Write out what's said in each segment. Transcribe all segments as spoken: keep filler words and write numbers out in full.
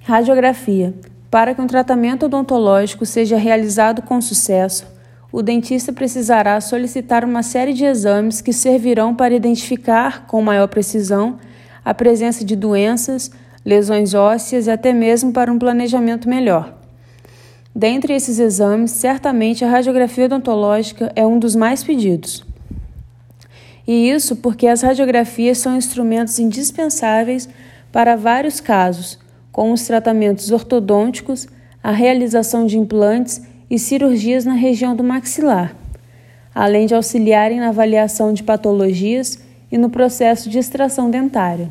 Radiografia. Para que um tratamento odontológico seja realizado com sucesso, o dentista precisará solicitar uma série de exames que servirão para identificar, com maior precisão, a presença de doenças, lesões ósseas e até mesmo para um planejamento melhor. Dentre esses exames, certamente a radiografia odontológica é um dos mais pedidos. E isso porque as radiografias são instrumentos indispensáveis para vários casos, como os tratamentos ortodônticos, a realização de implantes e cirurgias na região do maxilar, além de auxiliarem na avaliação de patologias e no processo de extração dentária.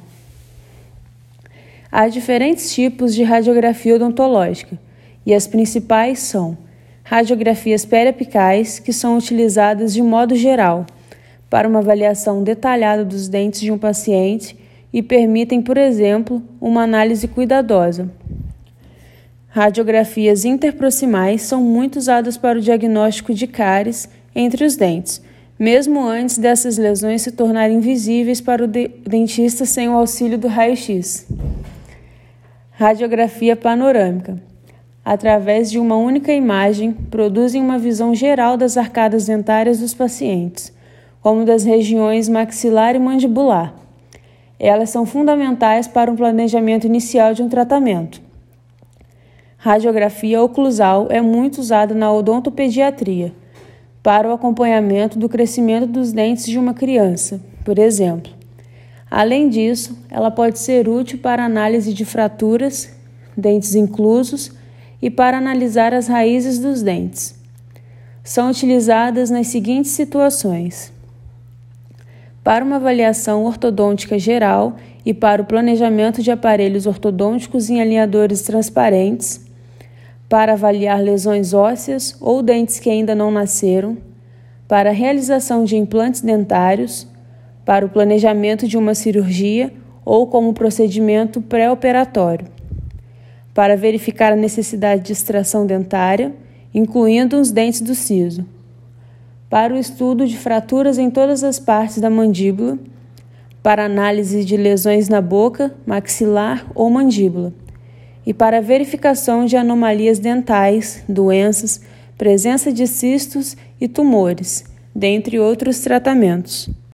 Há diferentes tipos de radiografia odontológica, e as principais são radiografias periapicais, que são utilizadas de modo geral para uma avaliação detalhada dos dentes de um paciente e permitem, por exemplo, uma análise cuidadosa. Radiografias interproximais são muito usadas para o diagnóstico de cáries entre os dentes, mesmo antes dessas lesões se tornarem visíveis para o de- dentista sem o auxílio do raio-x. Radiografia panorâmica. Através de uma única imagem, produzem uma visão geral das arcadas dentárias dos pacientes, como das regiões maxilar e mandibular. Elas são fundamentais para o planejamento inicial de um tratamento. Radiografia oclusal é muito usada na odontopediatria, para o acompanhamento do crescimento dos dentes de uma criança, por exemplo. Além disso, ela pode ser útil para análise de fraturas, dentes inclusos e para analisar as raízes dos dentes. São utilizadas nas seguintes situações: para uma avaliação ortodôntica geral e para o planejamento de aparelhos ortodônticos em alinhadores transparentes, para avaliar lesões ósseas ou dentes que ainda não nasceram, para a realização de implantes dentários, para o planejamento de uma cirurgia ou como procedimento pré-operatório, para verificar a necessidade de extração dentária, incluindo os dentes do siso, para o estudo de fraturas em todas as partes da mandíbula, para análise de lesões na boca, maxilar ou mandíbula, e para a verificação de anomalias dentais, doenças, presença de cistos e tumores, dentre outros tratamentos.